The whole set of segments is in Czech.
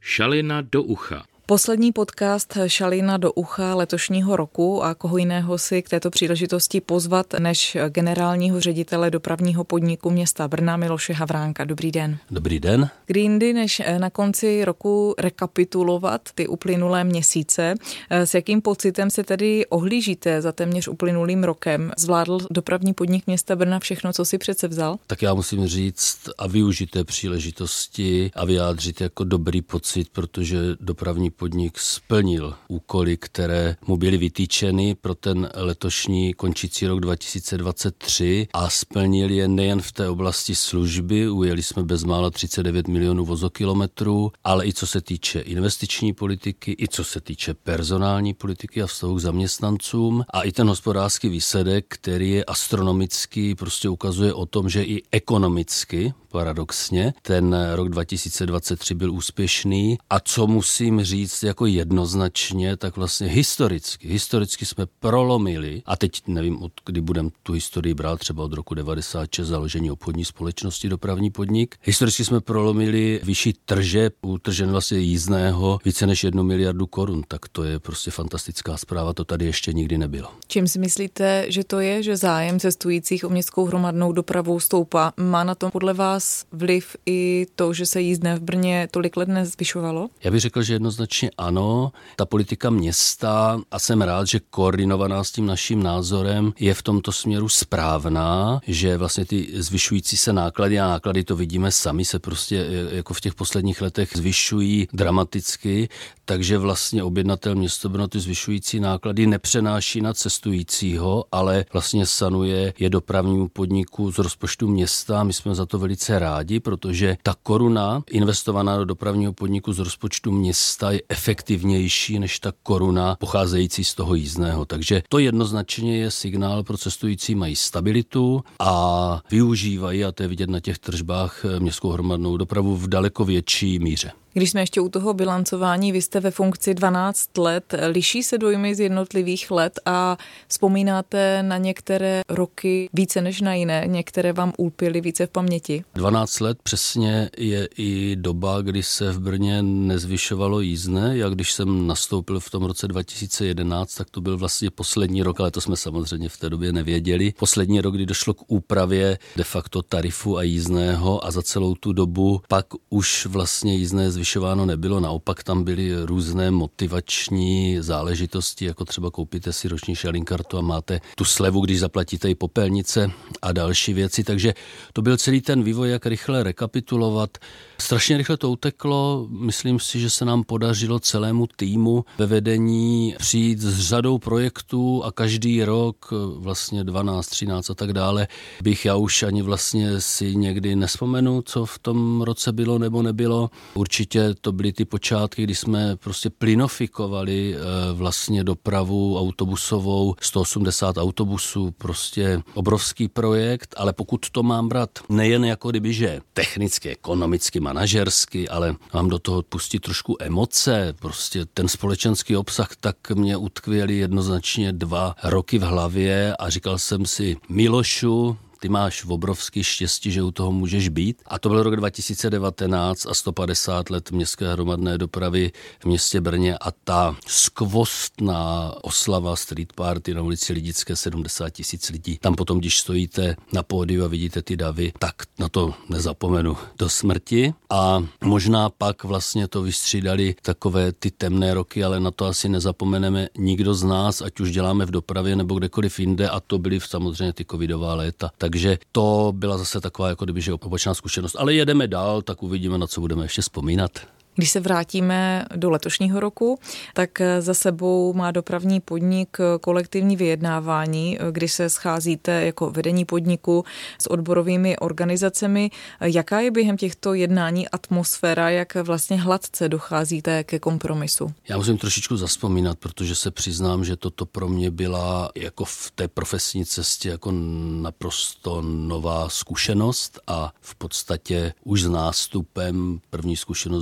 Šalina do ucha. Poslední podcast Šalina do ucha letošního roku a koho jiného si k této příležitosti pozvat než generálního ředitele dopravního podniku města Brna Miloše Havránka. Dobrý den. Dobrý den. Kdy jindy než na konci roku rekapitulovat ty uplynulé měsíce. S jakým pocitem se tedy ohlížíte za téměř uplynulým rokem? Zvládl dopravní podnik města Brna všechno, co si přece vzal? Tak já musím říct a využít té příležitosti a vyjádřit jako dobrý pocit, protože dopravní podnik splnil úkoly, které mu byly vytýčeny pro ten letošní končící rok 2023 a splnil je nejen v té oblasti služby, ujeli jsme bezmála 39 milionů vozokilometrů, ale i co se týče investiční politiky, i co se týče personální politiky a vztahu k zaměstnancům a i ten hospodářský výsledek, který je astronomický, prostě ukazuje o tom, že i ekonomicky, paradoxně, ten rok 2023 byl úspěšný a co musím říct jako jednoznačně, tak vlastně historicky jsme prolomili, a teď nevím, od kdy budeme tu historii brát, třeba od roku 96 založení obchodní společnosti dopravní podnik. Historicky jsme prolomili vyšší tržeb, utržen vlastně jízdného více než 1 miliardu korun, tak to je prostě fantastická zpráva, to tady ještě nikdy nebylo. Čím si myslíte, že to je, že zájem cestujících o městskou hromadnou dopravu stoupá? Má na tom podle vás vliv i to, že se jízdné v Brně tolik let nezvyšovalo? Já bych řekl, že jednoznačně ano, ta politika města, a jsem rád, že koordinovaná s tím naším názorem, je v tomto směru správná, že vlastně ty zvyšující se náklady, a náklady to vidíme sami, se prostě jako v těch posledních letech zvyšují dramaticky, takže vlastně objednatel město Brno ty zvyšující náklady nepřenáší na cestujícího, ale vlastně sanuje je dopravnímu podniku z rozpočtu města. My jsme za to velice rádi, protože ta koruna investovaná do dopravního podniku z rozpočtu města je efektivnější než ta koruna pocházející z toho jízdného. Takže to jednoznačně je signál pro cestující, mají stabilitu a využívají, a to je vidět na těch tržbách, městskou hromadnou dopravu v daleko větší míře. Když jsme ještě u toho bilancování, vy jste ve funkci 12 let, liší se dojmy z jednotlivých let a vzpomínáte na některé roky více než na jiné, některé vám ulpěly více v paměti? 12 let přesně je i doba, kdy se v Brně nezvyšovalo jízdné. Já když jsem nastoupil v tom roce 2011, tak to byl vlastně poslední rok, ale to jsme samozřejmě v té době nevěděli. Poslední rok, kdy došlo k úpravě de facto tarifu a jízdného a za celou tu dobu pak už vlastně jízdné zvyšováno nebylo, naopak tam byly různé motivační záležitosti, jako třeba koupíte si roční šalinkartu a máte tu slevu, když zaplatíte i popelnice a další věci, takže to byl celý ten vývoj, jak rychle rekapitulovat. Strašně rychle to uteklo, myslím si, že se nám podařilo celému týmu ve vedení přijít s řadou projektů a každý rok, vlastně 12, 13 a tak dále, bych já už ani vlastně si někdy nespomenu, co v tom roce bylo nebo nebylo. Určitě to byly ty počátky, kdy jsme prostě plynofikovali vlastně dopravu autobusovou, 180 autobusů, prostě obrovský projekt, ale pokud to mám brát nejen jako kdybyže technicky, ekonomicky, manažersky, ale mám do toho pustit trošku emoce, prostě ten společenský obsah, tak mě utkvěly jednoznačně 2 roky v hlavě a říkal jsem si, Milošu, ty máš obrovský štěstí, že u toho můžeš být. A to byl rok 2019 a 150 let městské hromadné dopravy v městě Brně a ta skvostná oslava street party na ulici Lidické, 70 000 lidí. Tam potom, když stojíte na pódiu a vidíte ty davy, tak na to nezapomenu do smrti. A možná pak vlastně to vystřídali takové ty temné roky, ale na to asi nezapomeneme nikdo z nás, ať už děláme v dopravě nebo kdekoliv jinde, a to byly samozřejmě ty covidová léta. Takže to byla zase taková jako kdyby, že opačná zkušenost. Ale jedeme dál, tak uvidíme, na co budeme ještě vzpomínat. Když se vrátíme do letošního roku, tak za sebou má dopravní podnik kolektivní vyjednávání, kdy se scházíte jako vedení podniku s odborovými organizacemi. Jaká je během těchto jednání atmosféra, jak vlastně hladce docházíte ke kompromisu? Já musím trošičku zavzpomínat, protože se přiznám, že toto pro mě byla jako v té profesní cestě jako naprosto nová zkušenost a v podstatě už s nástupem první zkušenost byla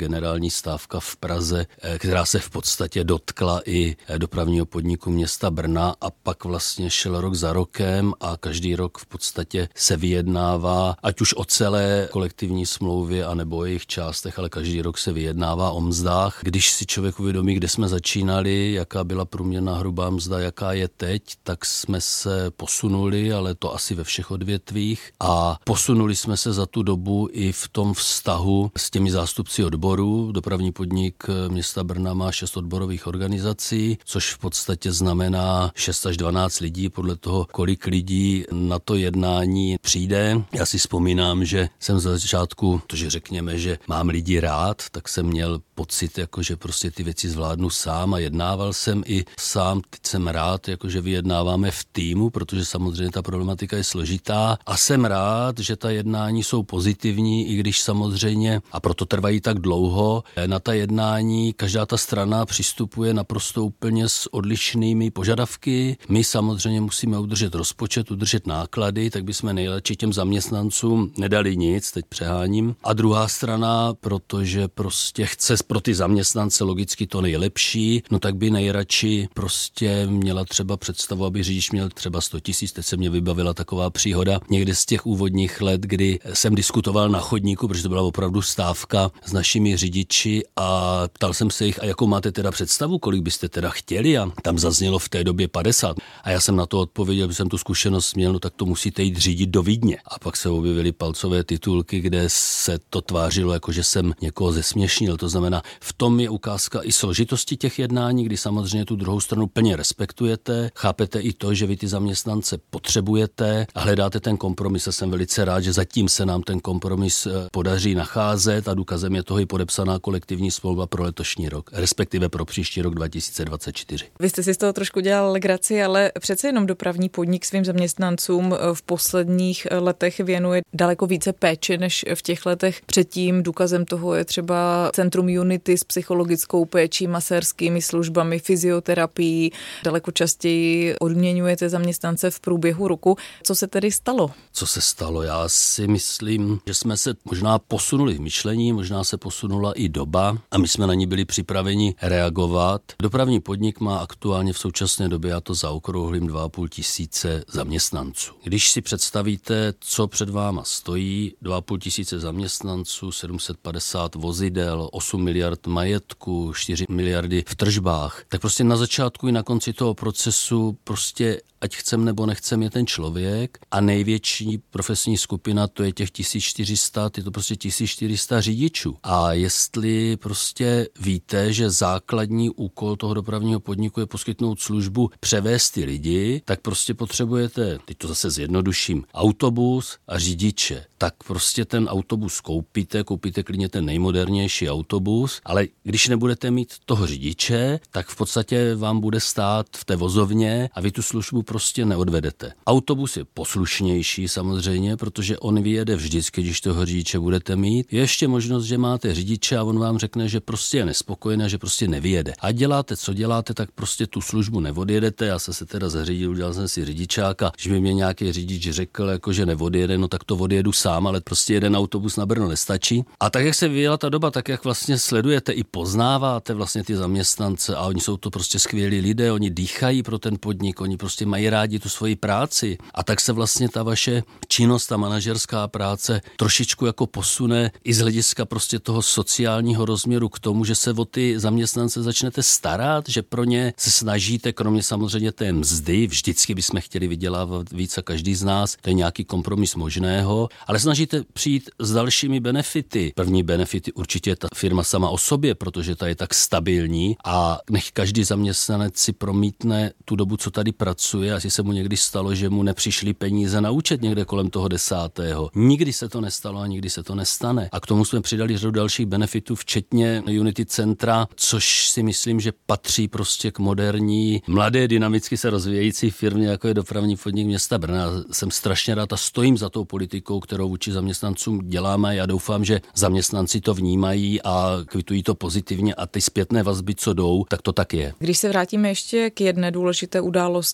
generální stávka v Praze, která se v podstatě dotkla i dopravního podniku města Brna a pak vlastně šel rok za rokem a každý rok v podstatě se vyjednává, ať už o celé kolektivní smlouvě anebo o jejich částech, ale každý rok se vyjednává o mzdách. Když si člověk uvědomí, kde jsme začínali, jaká byla průměrná hrubá mzda, jaká je teď, tak jsme se posunuli, ale to asi ve všech odvětvích a posunuli jsme se za tu dobu i v tom vztahu s těmi zástupci odborů. Dopravní podnik města Brna má 6 odborových organizací, což v podstatě znamená 6 až 12 lidí podle toho, kolik lidí na to jednání přijde. Já si vzpomínám, že jsem za začátku, protože řekněme, že mám lidi rád, tak jsem měl pocit, že prostě ty věci zvládnu sám a jednával jsem i sám. Teď jsem rád, že vyjednáváme v týmu, protože samozřejmě ta problematika je složitá a jsem rád, že ta jednání jsou pozitivní, i když samozřejmě, a proto trvají tak dlouho, na ta jednání každá ta strana přistupuje naprosto úplně s odlišnými požadavky. My samozřejmě musíme udržet rozpočet, udržet náklady, tak bychom nejlepší těm zaměstnancům nedali nic, teď přeháním. A druhá strana, protože prostě chce pro ty zaměstnance logicky to nejlepší, no tak by nejradši prostě měla třeba představu, aby řidič měl třeba 100 000. Teď se mě vybavila taková příhoda někde z těch úvodních let, kdy jsem diskutoval na chodníku, protože to byla opravdu stávka s našimi řidiči a ptal jsem se jich, a jakou máte teda představu, kolik byste teda chtěli, a tam zaznělo v té době 50. A já jsem na to odpověděl, že jsem tu zkušenost měl, no tak to musíte jít řídit do Vídně. A pak se objevily palcové titulky, kde se to tvářilo, že jsem někoho zesměšnil. To znamená, v tom je ukázka i složitosti těch jednání, kdy samozřejmě tu druhou stranu plně respektujete, chápete i to, že vy ty zaměstnance potřebujete a hledáte ten kompromis. A jsem velice rád, že zatím se nám ten kompromis podaří nacházet a důkazem je toho i podepsaná kolektivní smlouva pro letošní rok, respektive pro příští rok 2024. Vy jste si z toho trošku dělal legraci, ale přece jenom dopravní podnik svým zaměstnancům v posledních letech věnuje daleko více péče než v těch letech předtím. Důkazem toho je třeba Centrum Unity s psychologickou péčí, masérskými službami, fyzioterapií. Daleko častěji odměňujete zaměstnance v průběhu roku. Co se tedy stalo? Co se stalo? Já si myslím, že jsme se možná posunuli v myšlení, možná se posunula i doba a my jsme na ní byli připraveni reagovat. Dopravní podnik má aktuálně v současné době, já to zaokrouhlím, 2 500 zaměstnanců. Když si představíte, co před váma stojí, 2 500 zaměstnanců, 750 vozidel, 8 miliard majetku, 4 miliardy v tržbách, tak prostě na začátku i na konci toho procesu prostě ať chcem nebo nechcem, je ten člověk a největší profesní skupina, to je těch 1400, je to prostě 1400 řidičů. A jestli prostě víte, že základní úkol toho dopravního podniku je poskytnout službu, převést ty lidi, tak prostě potřebujete, teď to zase zjednoduším, autobus a řidiče. Tak prostě ten autobus koupíte klidně ten nejmodernější autobus, ale když nebudete mít toho řidiče, tak v podstatě vám bude stát v té vozovně a vy tu službu prostě neodvedete. Autobus je poslušnější samozřejmě, protože on vyjede vždycky, když toho řidiče budete mít. Je ještě možnost, že máte řidiče a on vám řekne, že prostě je nespokojený, že prostě nevyjede. A děláte, co děláte, tak prostě tu službu neodjedete. Já se teda zařídil, udělal jsem si řidičáka, že by mě nějaký řidič řekl, že neodjede, no tak to odjedu sám, ale prostě jeden autobus na Brno nestačí. A tak, jak se vyjela ta doba, tak jak vlastně sledujete i poznáváte vlastně ty zaměstnance a oni jsou to prostě skvělí lidé, oni dýchají pro ten podnik, oni prostě mají rádi tu svoji práci. A tak se vlastně ta vaše činnost, ta manažerská práce trošičku posune i z hlediska prostě toho sociálního rozměru k tomu, že se o ty zaměstnance začnete starat, že pro ně se snažíte, kromě samozřejmě té mzdy, vždycky bychom chtěli vydělávat víc a každý z nás, to je nějaký kompromis možného, ale snažíte přijít s dalšími benefity. První benefity určitě je ta firma sama o sobě, protože ta je tak stabilní a nech každý zaměstnanec si promítne tu dobu, co tady pracuje, asi se mu někdy stalo, že mu nepřišly peníze na účet někde kolem toho 10. Nikdy se to nestalo a nikdy se to nestane. A k tomu jsme přidali řadu dalších benefitů, včetně Unity centra, což si myslím, že patří prostě k moderní, mladé, dynamicky se rozvíjející firmě, jako je dopravní podnik města Brna. Jsem strašně rád a stojím za tou politikou, kterou vůči zaměstnancům děláme. Já doufám, že zaměstnanci to vnímají a kvitují to pozitivně a ty zpětné vazby, co jdou, tak to tak je. Když se vrátíme ještě k jedné důležité události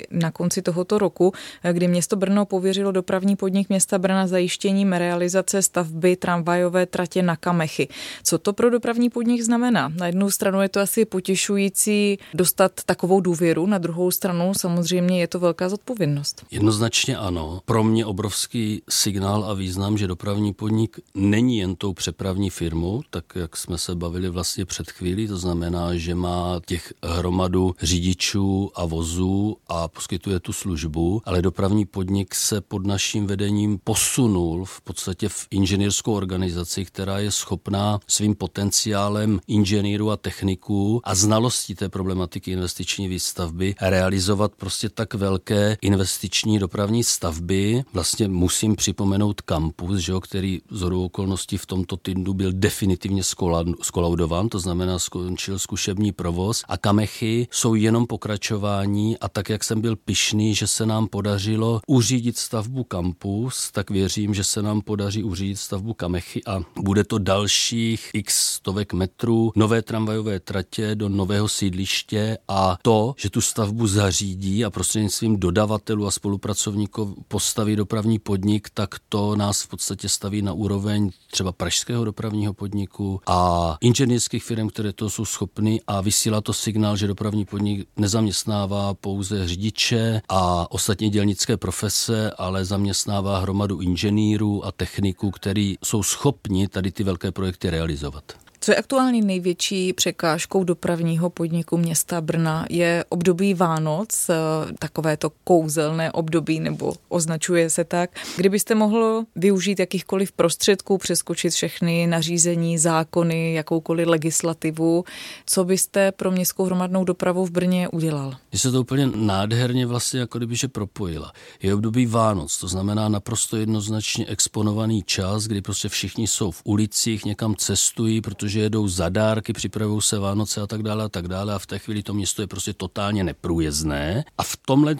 někdy na konci tohoto roku, kdy město Brno pověřilo dopravní podnik města Brna zajištěním realizace stavby tramvajové tratě na Kamechy. Co to pro dopravní podnik znamená? Na jednu stranu je to asi potěšující dostat takovou důvěru, na druhou stranu samozřejmě je to velká zodpovědnost. Jednoznačně ano. Pro mě obrovský signál a význam, že dopravní podnik není jen tou přepravní firmou, tak jak jsme se bavili vlastně před chvílí, to znamená, že má těch hromadu řidičů a vozů a poskytuje tu službu, ale dopravní podnik se pod naším vedením posunul v podstatě v inženýrskou organizaci, která je schopná svým potenciálem inženýrů a techniků a znalostí té problematiky investiční výstavby realizovat prostě tak velké investiční dopravní stavby. Vlastně musím připomenout kampus, že, který shodou okolností v tomto týdnu byl definitivně skolaudován, to znamená skončil zkušební provoz a Kamechy jsou jenom pokračování a tak, jak jsem byl pyšný, že se nám podařilo uřídit stavbu kampus, tak věřím, že se nám podaří uřídit stavbu Kamechy a bude to dalších x stovek metrů nové tramvajové tratě do nového sídliště a to, že tu stavbu zařídí a prostřednictvím dodavatelů a spolupracovníků postaví dopravní podnik, tak to nás v podstatě staví na úroveň třeba pražského dopravního podniku a inženýrských firm, které to jsou schopny a vysílá to signál, že dopravní podnik nezaměstnává pouze řidiče a ostatní dělnické profese, ale zaměstnává hromadu inženýrů a techniků, kteří jsou schopni tady ty velké projekty realizovat. Co je aktuálně největší překážkou dopravního podniku města Brna? Je období Vánoc, takové to kouzelné období, nebo označuje se tak. Kdybyste mohl využít jakýchkoliv prostředků, přeskočit všechny nařízení, zákony, jakoukoliv legislativu, co byste pro městskou hromadnou dopravu v Brně udělal? Mně se to úplně nádherně vlastně jako kdybyže propojila. Je období Vánoc, to znamená naprosto jednoznačně exponovaný čas, kdy prostě všichni jsou v ulicích, někam cestují, protože jedou za dárky, připravují se Vánoce a tak dále a v té chvíli to město je prostě totálně neprůjezdné a v tomhle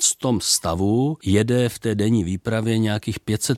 stavu jede v té denní výpravě nějakých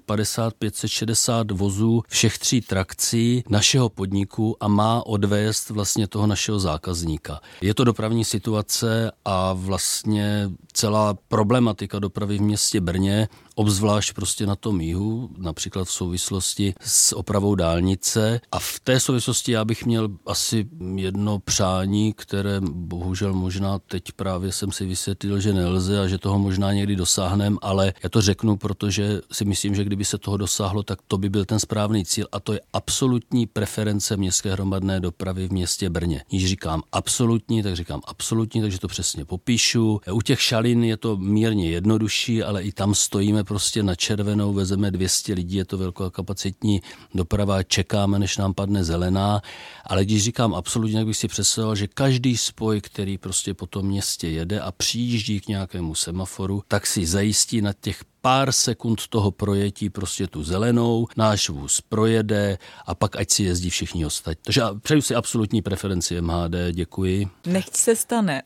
550-560 vozů všech 3 trakcí našeho podniku a má odvést vlastně toho našeho zákazníka. Je to dopravní situace a vlastně celá problematika dopravy v městě Brně, obzvlášť prostě na tom jihu, například v souvislosti s opravou dálnice. A v té souvislosti já bych měl asi jedno přání, které bohužel možná teď právě jsem si vysvětlil, že nelze a že toho možná někdy dosáhneme, ale já to řeknu, protože si myslím, že kdyby se toho dosáhlo, tak to by byl ten správný cíl a to je absolutní preference městské hromadné dopravy v městě Brně. Když říkám absolutní, takže to přesně popíšu. U těch šalin je to mírně jednodušší, ale i tam stojíme prostě na červenou, vezeme 200 lidí, je to velkokapacitní doprava, čekáme, než nám padne zelená, ale když říkám absolutně, tak bych si představoval, že každý spoj, který prostě po tom městě jede a přijíždí k nějakému semaforu, tak si zajistí na těch pár sekund toho projetí prostě tu zelenou, náš vůz projede a pak ať si jezdí všichni ostatní. Takže přeju si absolutní preferenci MHD, děkuji. Nechť se stane.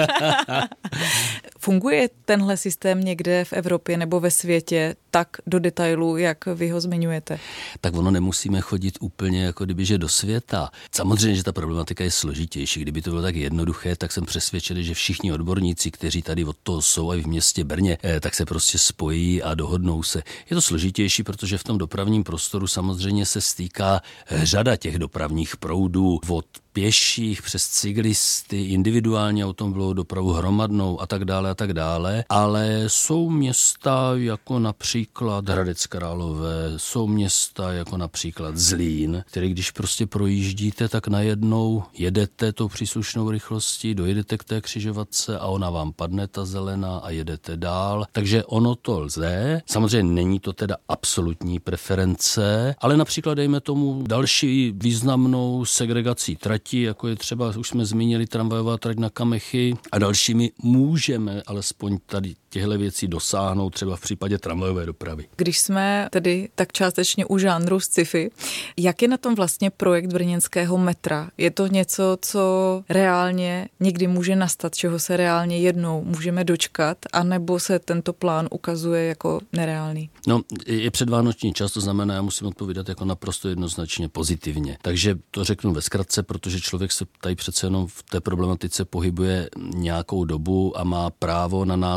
Funguje tenhle systém někde v Evropě nebo ve světě tak do detailu, jak vy ho zmiňujete? Tak ono nemusíme chodit úplně jako kdybyže do světa. Samozřejmě, že ta problematika je složitější. Kdyby to bylo tak jednoduché, tak jsem přesvědčený, že všichni odborníci, kteří tady od toho jsou a v městě Brně, tak se prostě spojí a dohodnou se. Je to složitější, protože v tom dopravním prostoru samozřejmě se stýká řada těch dopravních proudů od pěších přes cyklisty, individuální automobilovou dopravu hromadnou a tak dále, ale jsou města jako například Hradec Králové, jsou města jako například Zlín, které když prostě projíždíte, tak najednou jedete tou příslušnou rychlostí, dojedete k té křižovatce a ona vám padne ta zelená a jedete dál. Takže ono to lze. Samozřejmě není to teda absolutní preference, ale například dejme tomu další významnou segregací tratí, jako je třeba, už jsme zmínili, tramvajová trať na Kamechy a dalšími můžeme alespoň tady těchto věcí dosáhnout třeba v případě tramvajové dopravy. Když jsme tedy tak částečně u žánru sci-fi, jak je na tom vlastně projekt brněnského metra? Je to něco, co reálně někdy může nastat, čeho se reálně jednou můžeme dočkat, anebo se tento plán ukazuje jako nereálný? No, je předvánoční čas, to znamená, já musím odpovídat jako naprosto jednoznačně pozitivně. Takže to řeknu ve zkratce, protože člověk se tady přece jenom v té problematice pohybuje nějakou dobu a má právo na názor a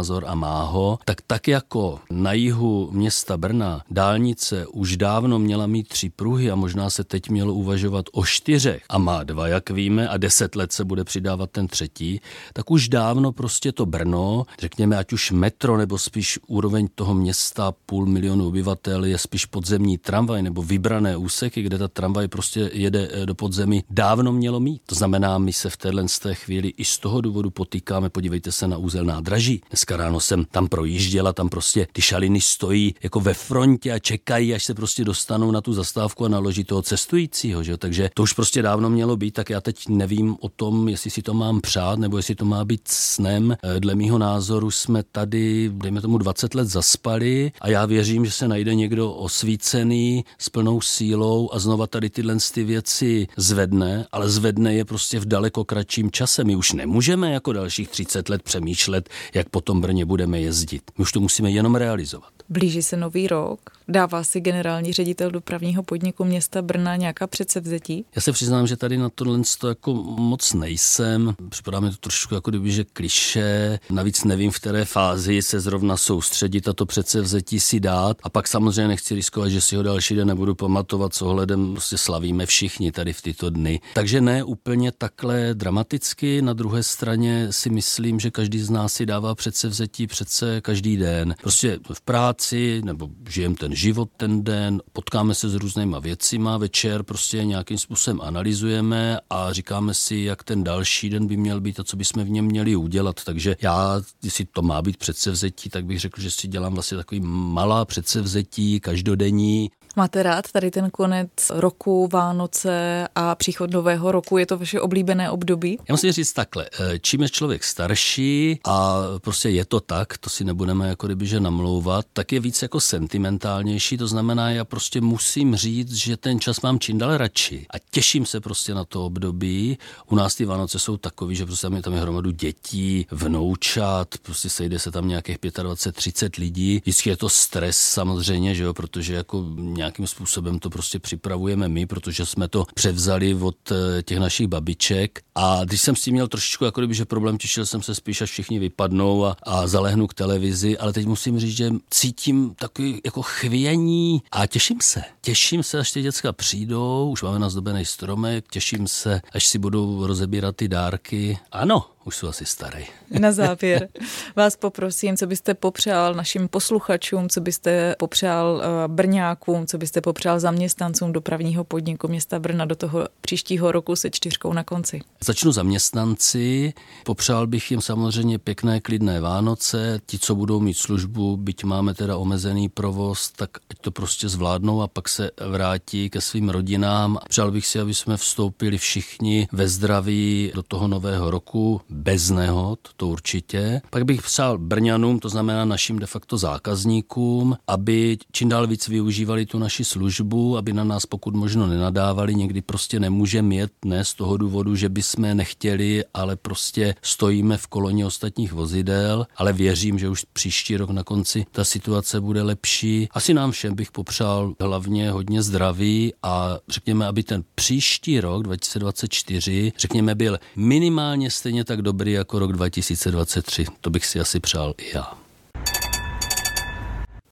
má ho, tak jako na jihu města Brna dálnice už dávno měla mít 3 pruhy a možná se teď mělo uvažovat o 4 a má 2, jak víme, a 10 let se bude přidávat ten 3, tak už dávno prostě to Brno, řekněme, ať už metro nebo spíš úroveň toho města 500 000 obyvatel je spíš podzemní tramvaj nebo vybrané úseky, kde ta tramvaj prostě jede do podzemí, dávno mělo mít. To znamená, my se v téhle chvíli i z toho důvodu potýkáme, podívejte se na úzel nádraží. Dneska ráno jsem tam projížděla, tam prostě ty šaliny stojí jako ve frontě a čekají, až se prostě dostanou na tu zastávku a naloží toho cestujícího, že? Takže to už prostě dávno mělo být, tak já teď nevím o tom, jestli si to mám přát, nebo jestli to má být snem. Dle mýho názoru jsme tady, dejme tomu 20 let zaspali a já věřím, že se najde někdo osvícený s plnou sílou a znova tady tyhle věci zvedne, ale zvedne je prostě v daleko kratším čase. My už nemůžeme jako dalších 30 let přemýšlet, jak po tom Brně budeme jezdit. My už to musíme jenom realizovat. Blíží se nový rok. Dává si generální ředitel dopravního podniku města Brna nějaká předsevzetí? Já se přiznám, že tady na tohle jako moc nejsem. Připadá mi to trošku jako kdyby, že klišé. Navíc nevím, v které fázi se zrovna soustředit a to předsevzetí si dát. A pak samozřejmě nechci riskovat, že si ho další den nebudu pamatovat, s ohledem prostě slavíme všichni tady v tyto dny. Takže ne úplně takhle dramaticky. Na druhé straně si myslím, že každý z nás si dává předsevzetí přece každý den. Prostě v práci nebo žijem ten život ten den, potkáme se s různýma věcima, večer prostě nějakým způsobem analyzujeme a říkáme si, jak ten další den by měl být a co bychom v něm měli udělat. Takže já, jestli to má být předsevzetí, tak bych řekl, že si dělám vlastně takový malá předsevzetí, každodenní. Máte rád tady ten konec roku, Vánoce a příchod nového roku? Je to vaše oblíbené období? Já musím říct takhle, čím je člověk starší a prostě je to tak, to si nebudeme jako kdybyže namlouvat, tak je víc jako sentimentálnější, to znamená, já prostě musím říct, že ten čas mám čím dál radši a těším se prostě na to období. U nás ty Vánoce jsou takový, že prostě tam je hromadu dětí, vnoučat, prostě sejde se tam nějakých 25-30 lidí. Vždycky je to stres samozřejmě, že jo, protože jako nějakým způsobem to prostě připravujeme my, protože jsme to převzali od těch našich babiček. A když jsem s tím měl trošičku jako kdyby, že problém, těšil jsem se spíš, až všichni vypadnou a zalehnu k televizi, ale teď musím říct, že cítím takový jako chvění a těším se, až ty děcka přijdou, už máme nazdobený stromek, těším se, až si budou rozebírat ty dárky. Ano, už jsou asi starý. Na závěr vás poprosím, co byste popřál našim posluchačům, co byste popřál Brňákům, co byste popřál zaměstnancům dopravního podniku města Brna do toho příštího roku se 4 na konci. Začnu zaměstnanci, popřál bych jim samozřejmě pěkné klidné Vánoce, ti, co budou mít službu, byť máme teda omezený provoz, tak ať to prostě zvládnou a pak se vrátí ke svým rodinám. Přál bych si, aby jsme vstoupili všichni ve zdraví do toho nového roku, bez nehod, to určitě. Pak bych přál Brňanům, to znamená našim de facto zákazníkům, aby čím dál víc využívali tu naši službu, aby na nás pokud možno nenadávali, někdy prostě nemůžeme jet, ne z toho důvodu, že bychom nechtěli, ale prostě stojíme v koloně ostatních vozidel, ale věřím, že už příští rok na konci ta situace bude lepší. Asi nám všem bych popřál hlavně hodně zdraví a řekněme, aby ten příští rok 2024, řekněme, byl minimálně stejně tak dobrý jako rok 2023. To bych si asi přál i já.